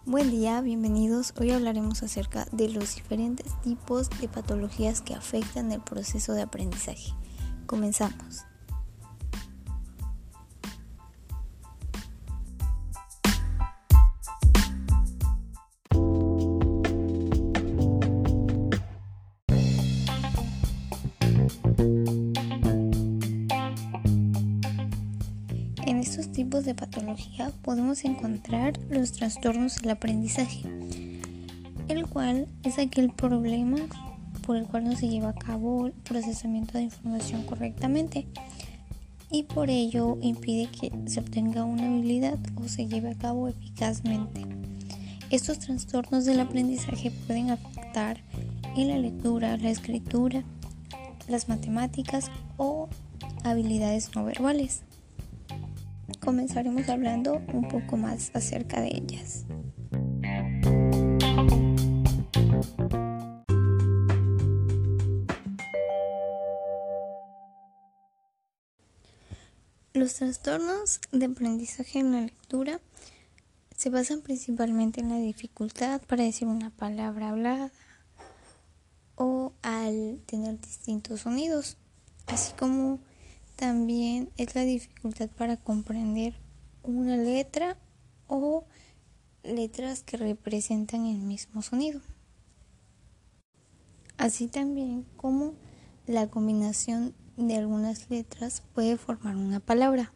Buen día, bienvenidos. Hoy hablaremos acerca de los diferentes tipos de patologías que afectan el proceso de aprendizaje. Comenzamos. En estos tipos de patología podemos encontrar los trastornos del aprendizaje, el cual es aquel problema por el cual no se lleva a cabo el procesamiento de información correctamente y por ello impide que se obtenga una habilidad o se lleve a cabo eficazmente. Estos trastornos del aprendizaje pueden afectar en la lectura, la escritura, las matemáticas o habilidades no verbales. Comenzaremos hablando un poco más acerca de ellas. Los trastornos de aprendizaje en la lectura se basan principalmente en la dificultad para decir una palabra hablada o al tener distintos sonidos, así como también es la dificultad para comprender una letra o letras que representan el mismo sonido. Así también como la combinación de algunas letras puede formar una palabra.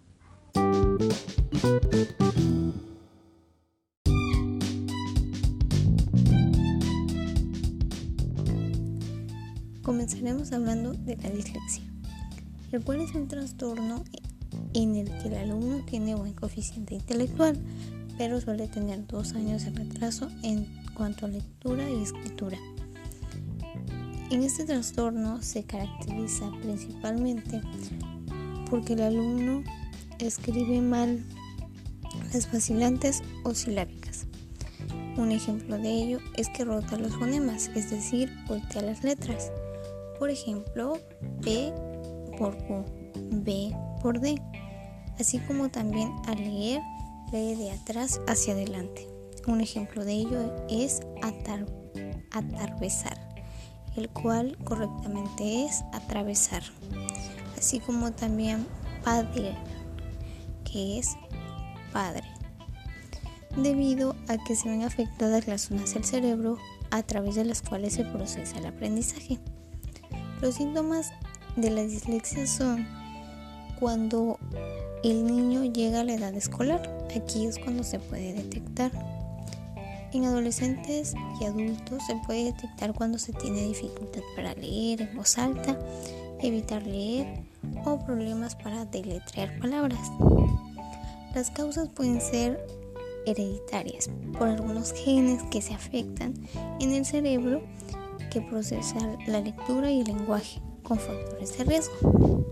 Comenzaremos hablando de la dislexia, el cual es un trastorno en el que el alumno tiene buen coeficiente intelectual, pero suele tener 2 años de retraso en cuanto a lectura y escritura. En este trastorno se caracteriza principalmente porque el alumno escribe mal las vacilantes o silábicas. Un ejemplo de ello es que rota los fonemas, es decir, voltea las letras. Por ejemplo, P por Q, B por D, así como también al leer, lee de atrás hacia adelante. Un ejemplo de ello es atravesar, el cual correctamente es atravesar, así como también padre, que es padre, debido a que se ven afectadas las zonas del cerebro a través de las cuales se procesa el aprendizaje. Los síntomas de la dislexia son cuando el niño llega a la edad escolar. Aquí es cuando se puede detectar. En adolescentes y adultos se puede detectar cuando se tiene dificultad para leer en voz alta, evitar leer o problemas para deletrear palabras. Las causas pueden ser hereditarias por algunos genes que se afectan en el cerebro que procesa la lectura y el lenguaje con factores de riesgo.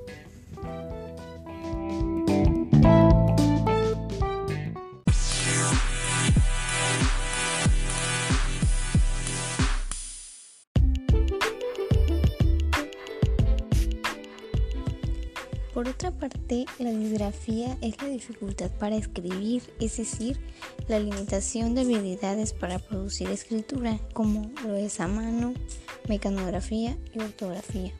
Por otra parte, la disgrafía es la dificultad para escribir, es decir, la limitación de habilidades para producir escritura, como lo es a mano, mecanografía y ortografía.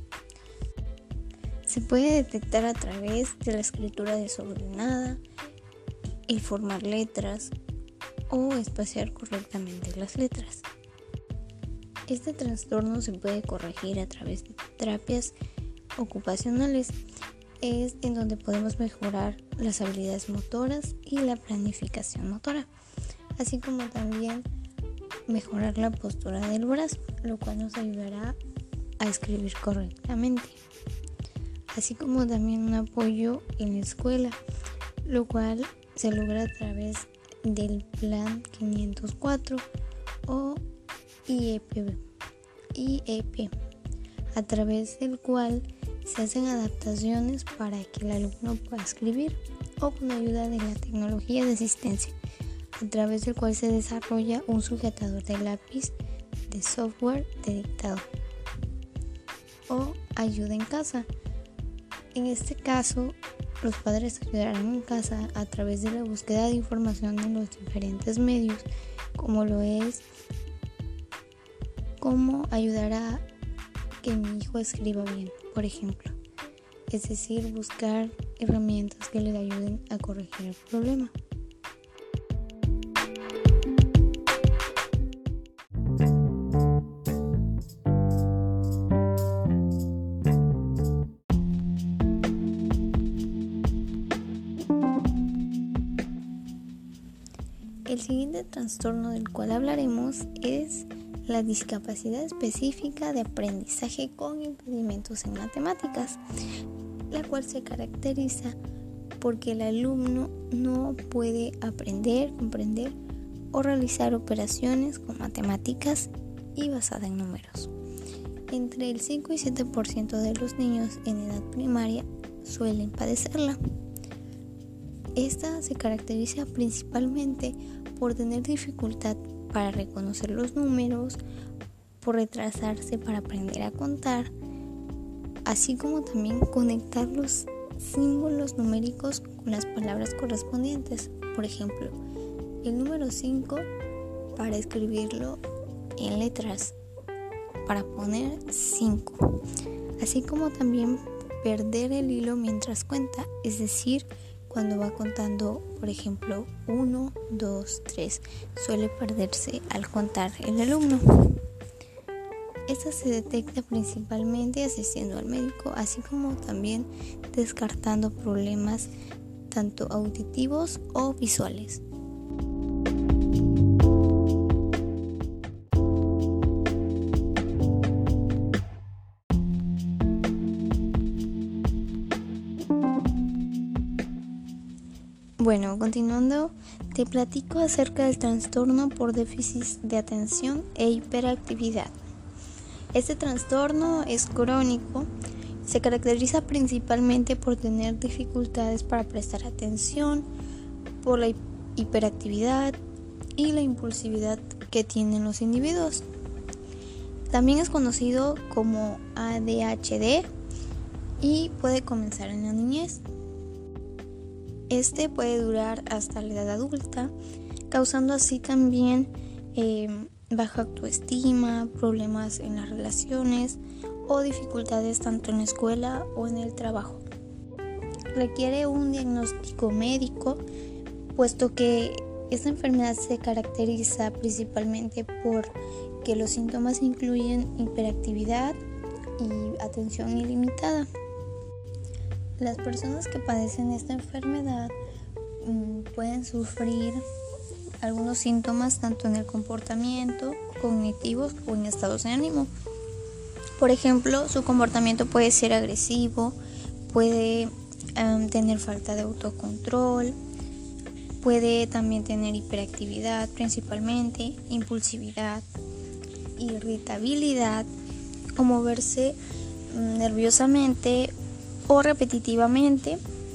Se puede detectar a través de la escritura desordenada, el formar letras o espaciar correctamente las letras. Este trastorno se puede corregir a través de terapias ocupacionales, es en donde podemos mejorar las habilidades motoras y la planificación motora, así como también mejorar la postura del brazo, lo cual nos ayudará a escribir correctamente, así como también un apoyo en la escuela, lo cual se logra a través del Plan 504 o IEP, a través del cual se hacen adaptaciones para que el alumno pueda escribir, o con ayuda de la tecnología de asistencia, a través del cual se desarrolla un sujetador de lápiz de software de dictado, o ayuda en casa. En este caso, los padres ayudarán en casa a través de la búsqueda de información en los diferentes medios como lo es cómo ayudar a que mi hijo escriba bien, por ejemplo. Es decir, buscar herramientas que le ayuden a corregir el problema. El siguiente trastorno del cual hablaremos es la discapacidad específica de aprendizaje con impedimentos en matemáticas, la cual se caracteriza porque el alumno no puede aprender, comprender o realizar operaciones con matemáticas y basada en números. Entre el 5 y 7% de los niños en edad primaria suelen padecerla. Esta se caracteriza principalmente por tener dificultad para reconocer los números, por retrasarse para aprender a contar, así como también conectar los símbolos numéricos con las palabras correspondientes. Por ejemplo, el número 5 para escribirlo en letras, para poner 5, así como también perder el hilo mientras cuenta, es decir, cuando va contando, por ejemplo, 1, 2, 3, suele perderse al contar el alumno. Esta se detecta principalmente asistiendo al médico, así como también descartando problemas tanto auditivos o visuales. Bueno, continuando, te platico acerca del trastorno por déficit de atención e hiperactividad. Este trastorno es crónico, se caracteriza principalmente por tener dificultades para prestar atención, por la hiperactividad y la impulsividad que tienen los individuos. También es conocido como ADHD y puede comenzar en la niñez. Este puede durar hasta la edad adulta, causando así también baja autoestima, problemas en las relaciones o dificultades tanto en la escuela o en el trabajo. Requiere un diagnóstico médico, puesto que esta enfermedad se caracteriza principalmente por que los síntomas incluyen hiperactividad y atención ilimitada. Las personas que padecen esta enfermedad pueden sufrir algunos síntomas tanto en el comportamiento, cognitivos o en estados de ánimo. Por ejemplo, su comportamiento puede ser agresivo, puede tener falta de autocontrol, puede también tener hiperactividad principalmente, impulsividad, irritabilidad o moverse nerviosamente o repetitivamente,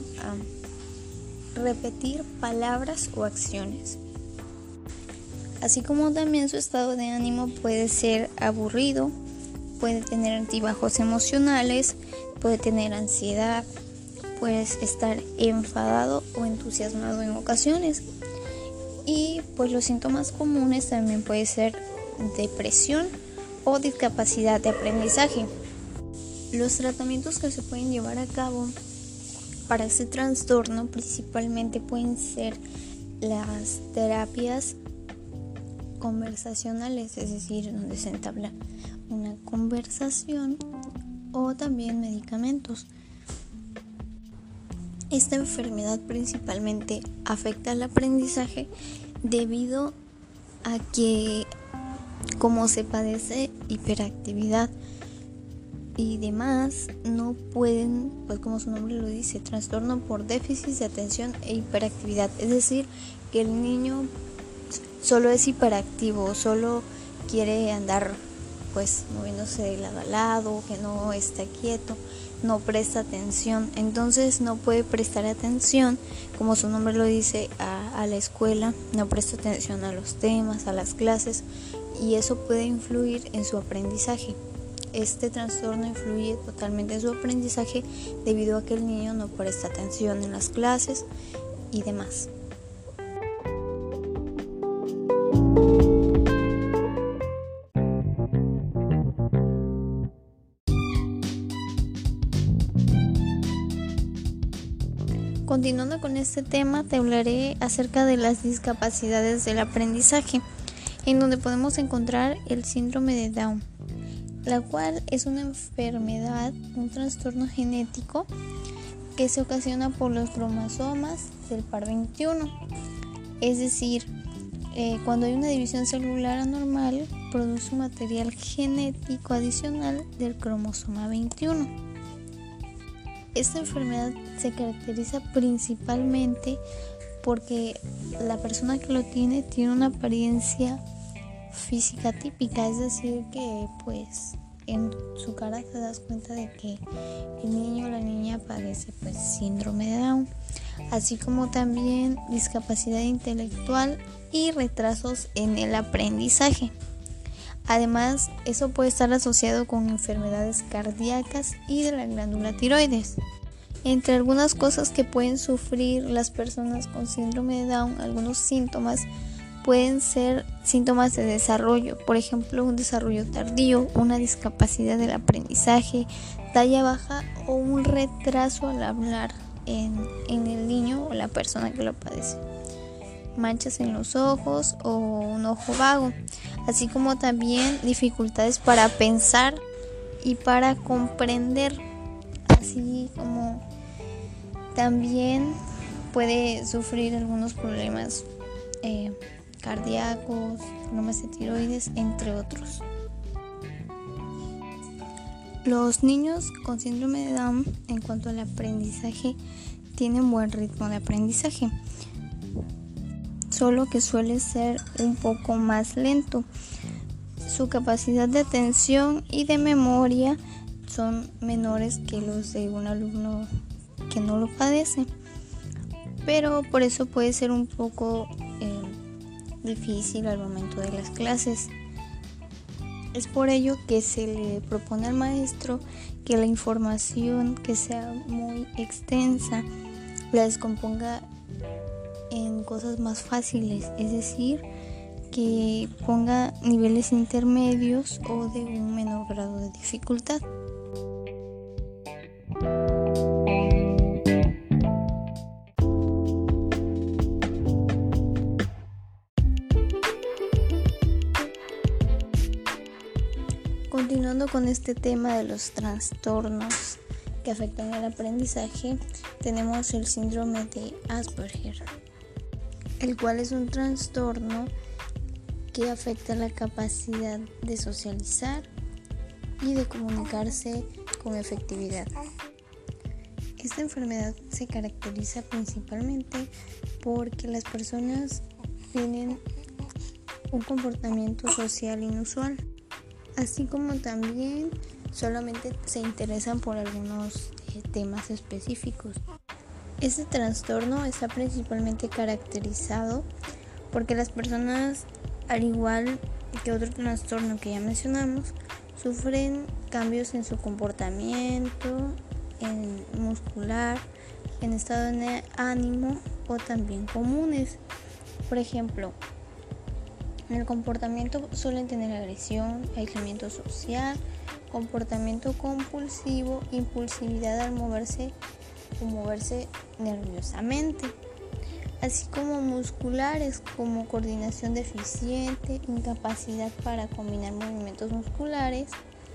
repetir palabras o acciones. Así como también su estado de ánimo puede ser aburrido, puede tener altibajos emocionales, puede tener ansiedad, puede estar enfadado o entusiasmado en ocasiones. Y pues los síntomas comunes también puede ser depresión o discapacidad de aprendizaje. Los tratamientos que se pueden llevar a cabo para este trastorno principalmente pueden ser las terapias conversacionales, es decir, donde se entabla una conversación, o también medicamentos. Esta enfermedad principalmente afecta al aprendizaje debido a que, como se padece hiperactividad y demás, no pueden, pues como su nombre lo dice, trastorno por déficit de atención e hiperactividad, es decir, que el niño solo es hiperactivo, solo quiere andar pues moviéndose de lado a lado, que no está quieto, no presta atención, entonces no puede prestar atención, como su nombre lo dice, a la escuela, no presta atención a los temas, a las clases, y eso puede influir en su aprendizaje. Este trastorno influye totalmente en su aprendizaje debido a que el niño no presta atención en las clases y demás. Continuando con este tema, te hablaré acerca de las discapacidades del aprendizaje, en donde podemos encontrar el síndrome de Down, la cual es una enfermedad, un trastorno genético que se ocasiona por los cromosomas del par 21. Es decir, cuando hay una división celular anormal, produce un material genético adicional del cromosoma 21. Esta enfermedad se caracteriza principalmente porque la persona que lo tiene una apariencia física típica, es decir, que pues en su cara te das cuenta de que el niño o la niña padece pues síndrome de Down, así como también discapacidad intelectual y retrasos en el aprendizaje. Además, eso puede estar asociado con enfermedades cardíacas y de la glándula tiroides. Entre algunas cosas que pueden sufrir las personas con síndrome de Down, algunos síntomas pueden ser síntomas de desarrollo, por ejemplo, un desarrollo tardío, una discapacidad del aprendizaje, talla baja o un retraso al hablar en el niño o la persona que lo padece. Manchas en los ojos o un ojo vago, así como también dificultades para pensar y para comprender, así como también puede sufrir algunos problemas cardíacos, problemas de tiroides, entre otros. Los niños con síndrome de Down, en cuanto al aprendizaje, tienen buen ritmo de aprendizaje, solo que suele ser un poco más lento. Su capacidad de atención y de memoria son menores que los de un alumno que no lo padece, pero por eso puede ser un poco difícil al momento de las clases. Es por ello que se le propone al maestro que la información que sea muy extensa la descomponga en cosas más fáciles, es decir, que ponga niveles intermedios o de un menor grado de dificultad. Continuando con este tema de los trastornos que afectan el aprendizaje, tenemos el síndrome de Asperger, el cual es un trastorno que afecta la capacidad de socializar y de comunicarse con efectividad. Esta enfermedad se caracteriza principalmente porque las personas tienen un comportamiento social inusual, así como también solamente se interesan por algunos temas específicos. Este trastorno está principalmente caracterizado porque las personas, al igual que otro trastorno que ya mencionamos, sufren cambios en su comportamiento, en muscular, en estado de ánimo o también comunes. Por ejemplo, en el comportamiento suelen tener agresión, aislamiento social, comportamiento compulsivo, impulsividad al moverse o moverse nerviosamente, así como musculares como coordinación deficiente, incapacidad para combinar movimientos musculares,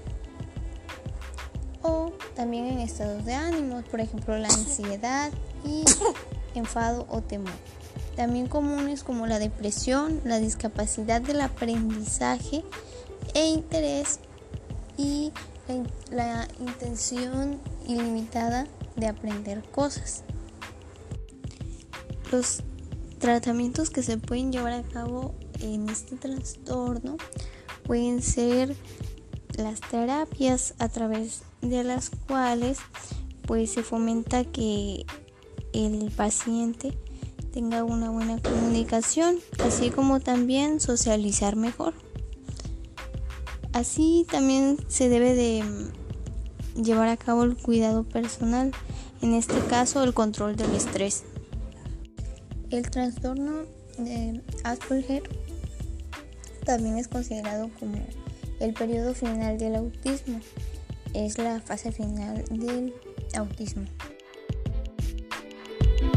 o también en estados de ánimo, por ejemplo la ansiedad y enfado o temor. También comunes como la depresión, la discapacidad del aprendizaje e interés y la intención ilimitada de aprender cosas. Los tratamientos que se pueden llevar a cabo en este trastorno pueden ser las terapias, a través de las cuales pues se fomenta que el paciente tenga una buena comunicación, así como también socializar mejor. Así también se debe de llevar a cabo el cuidado personal, en este caso el control del estrés. El trastorno de Asperger también es considerado como el periodo final del autismo, es la fase final del autismo.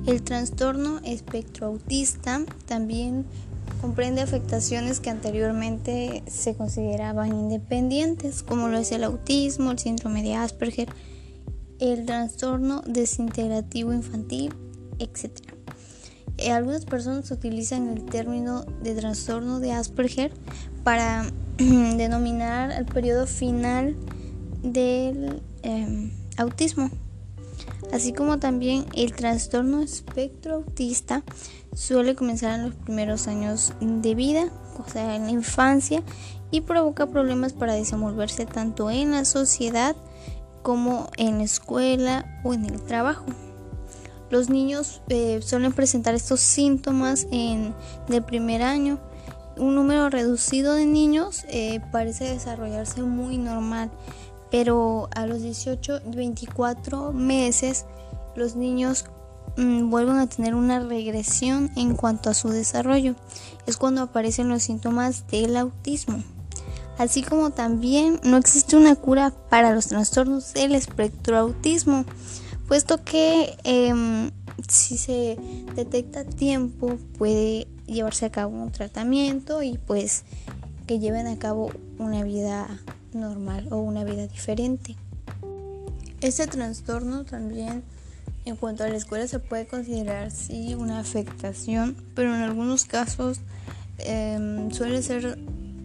El trastorno espectro autista también comprende afectaciones que anteriormente se consideraban independientes, como lo es el autismo, el síndrome de Asperger, el trastorno desintegrativo infantil, etc. Algunas personas utilizan el término de trastorno de Asperger para denominar el periodo final del autismo. Así como también el trastorno espectro autista suele comenzar en los primeros años de vida, o sea, en la infancia, y provoca problemas para desenvolverse tanto en la sociedad como en la escuela o en el trabajo. Los niños suelen presentar estos síntomas en el primer año. Un número reducido de niños parece desarrollarse muy normal, pero a los 18-24 meses los niños vuelven a tener una regresión en cuanto a su desarrollo. Es cuando aparecen los síntomas del autismo. Así como también no existe una cura para los trastornos del espectro autismo, puesto que si se detecta a tiempo puede llevarse a cabo un tratamiento y pues que lleven a cabo una vida normal o una vida diferente. Este trastorno también en cuanto a la escuela se puede considerar sí una afectación, pero en algunos casos suele ser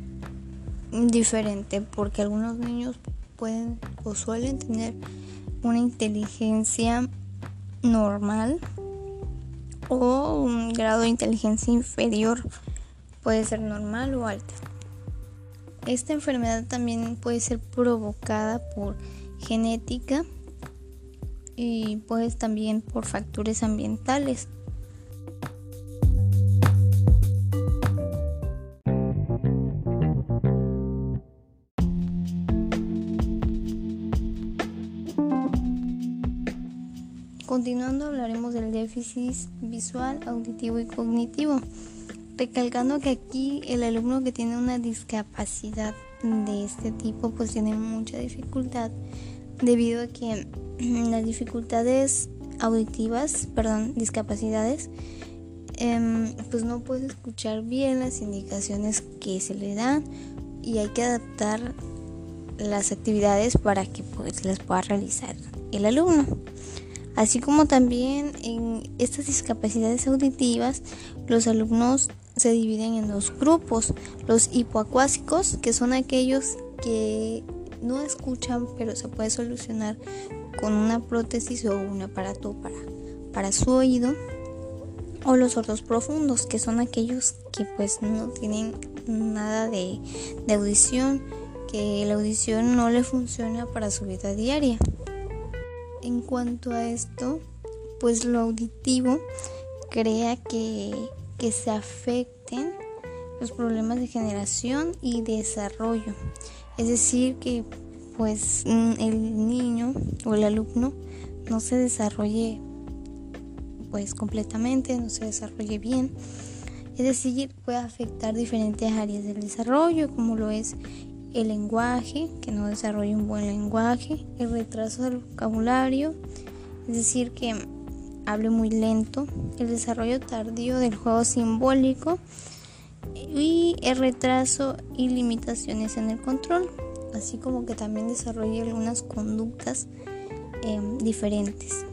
diferente porque algunos niños pueden o suelen tener una inteligencia normal o un grado de inteligencia inferior, puede ser normal o alta. Esta enfermedad también puede ser provocada por genética y pues también por factores ambientales. Continuando, hablaremos del déficit visual, auditivo y cognitivo, recalcando que aquí el alumno que tiene una discapacidad de este tipo pues tiene mucha dificultad debido a que las discapacidades, pues no puede escuchar bien las indicaciones que se le dan y hay que adaptar las actividades para que pues las pueda realizar el alumno. Así como también en estas discapacidades auditivas, los alumnos se dividen en dos grupos: los hipoacuásicos, que son aquellos que no escuchan pero se puede solucionar con una prótesis o un aparato para su oído, o los sordos profundos, que son aquellos que pues no tienen nada de audición, que la audición no le funciona para su vida diaria. En cuanto a esto, pues lo auditivo crea que se afecten los problemas de generación y desarrollo. Es decir, que pues el niño o el alumno no se desarrolle pues completamente, no se desarrolle bien. Es decir, puede afectar diferentes áreas del desarrollo, como lo es el lenguaje, que no desarrolla un buen lenguaje, el retraso del vocabulario, es decir, que hable muy lento, el desarrollo tardío del juego simbólico y el retraso y limitaciones en el control, así como que también desarrolla algunas conductas diferentes.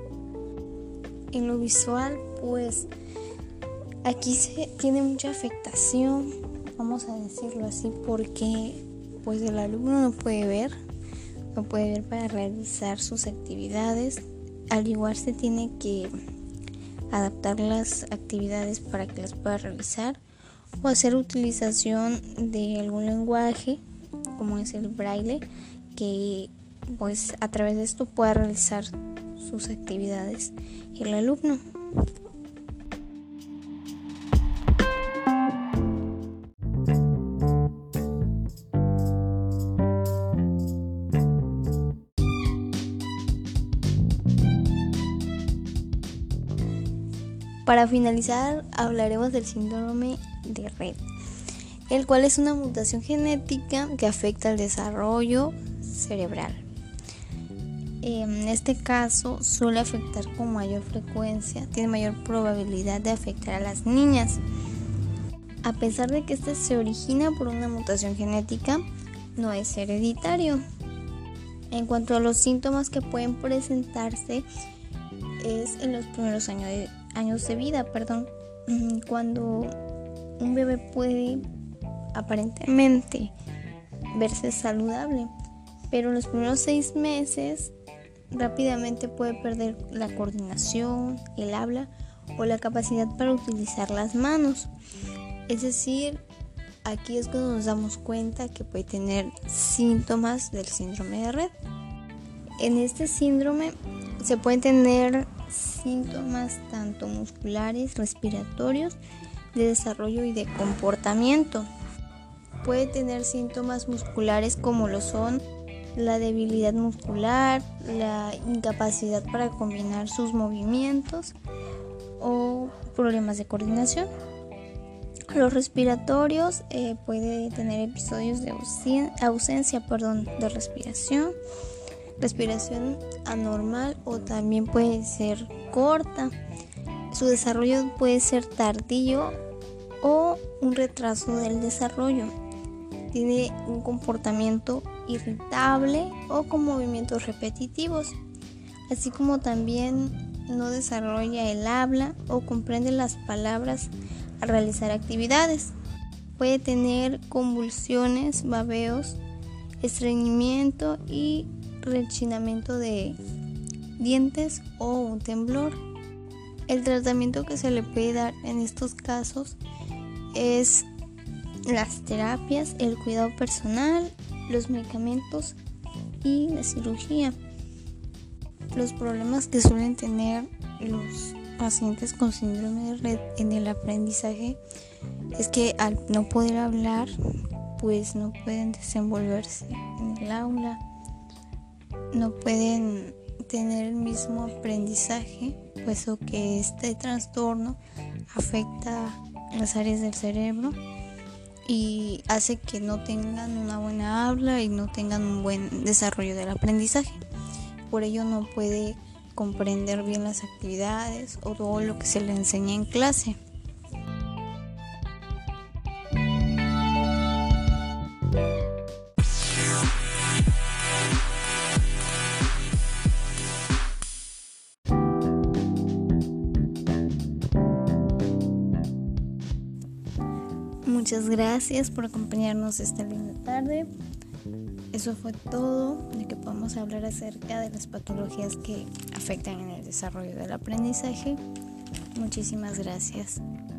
En lo visual, pues aquí se tiene mucha afectación, vamos a decirlo así, porque pues el alumno no puede ver para realizar sus actividades. Al igual se tiene que adaptar las actividades para que las pueda realizar o hacer utilización de algún lenguaje como es el braille, que pues a través de esto pueda realizar sus actividades el alumno. Para finalizar, hablaremos del síndrome de Rett, el cual es una mutación genética que afecta al desarrollo cerebral. en este caso suele afectar con mayor frecuencia, tiene mayor probabilidad de afectar a las niñas. A pesar de que este se origina por una mutación genética, no es hereditario. En cuanto a los síntomas que pueden presentarse, es en los primeros años de vida, cuando un bebé puede aparentemente verse saludable, pero en los primeros 6 meses rápidamente puede perder la coordinación, el habla o la capacidad para utilizar las manos. Es decir, aquí es cuando nos damos cuenta que puede tener síntomas del síndrome de Rett. En este síndrome se pueden tener síntomas tanto musculares, respiratorios, de desarrollo y de comportamiento. Puede tener síntomas musculares como lo son la debilidad muscular, la incapacidad para combinar sus movimientos o problemas de coordinación. Los respiratorios puede tener episodios de ausencia de respiración anormal o también puede ser corta. Su desarrollo puede ser tardío o un retraso del desarrollo. Tiene un comportamiento irritable o con movimientos repetitivos, así como también no desarrolla el habla o comprende las palabras al realizar actividades. Puede tener convulsiones, babeos, estreñimiento y rechinamiento de dientes o un temblor. El tratamiento que se le puede dar en estos casos es las terapias, el cuidado personal, los medicamentos y la cirugía. Los problemas que suelen tener los pacientes con síndrome de Rett en el aprendizaje es que al no poder hablar, pues no pueden desenvolverse en el aula, no pueden tener el mismo aprendizaje, puesto que este trastorno afecta las áreas del cerebro y hace que no tengan una buena habla y no tengan un buen desarrollo del aprendizaje. Por ello no puede comprender bien las actividades o todo lo que se le enseña en clase. Muchas gracias por acompañarnos esta linda tarde. Eso fue todo de que podamos hablar acerca de las patologías que afectan en el desarrollo del aprendizaje. Muchísimas gracias.